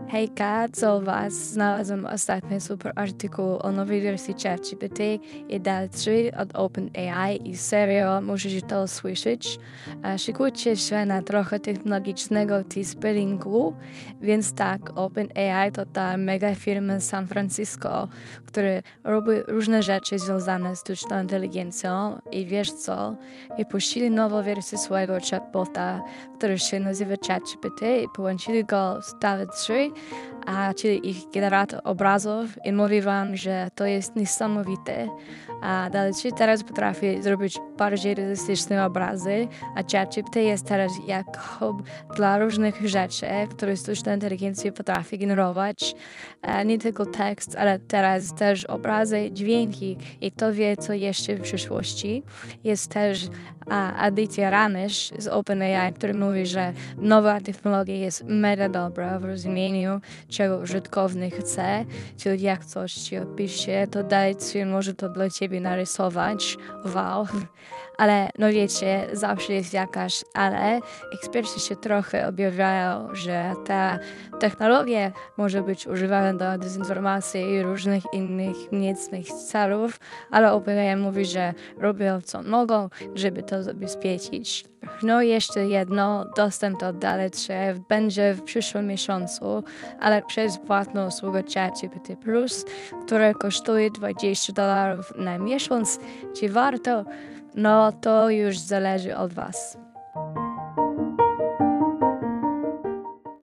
Hejka, co u was? Znalazłem ostatni super artykuł o nowej wersji ChatGPT i DALL-E od OpenAI i serio musisz to słyszeć. Szykujcie się na trochę technologicznego teaspellingu, więc tak, OpenAI to ta mega firma z San Francisco, która robi różne rzeczy związane z sztuczną inteligencją i wiesz co? I puścili nową wersję swojego chatbota, który się nazywa ChatGPT i połączyli go z DALL-E 3, czyli ich generator obrazów i mówi wam, że to jest niesamowite. A DALL-E 3 teraz potrafi zrobić bardziej realistyczne obrazy, a ChatGPT jest teraz jak hub dla różnych rzeczy, które sztuczna inteligencja potrafi generować. Nie tylko tekst, ale teraz też obrazy, dźwięki i kto wie co jeszcze w przyszłości. Jest też Aditya Ramesh z OpenAI, który mówi, że nowa technologia jest mega dobra w rozumieniu, czego użytkownik chce, czyli jak coś ci opisze, to DALL-E 3 może to dla ciebie narysować. Wow. Ale no wiecie, zawsze jest jakaś ale. Eksperci się trochę objawiają, że ta technologia może być używana do dezinformacji i różnych innych niecnych celów, ale OpenAI mówi, że robią co mogą, żeby to zabezpieczyć. No i jeszcze jedno, dostęp do DALL-E 3 będzie w przyszłym miesiącu, ale przez płatną usługę ChatGPT+, która kosztuje $20 na miesiąc. Czy warto? No to już zależy od was.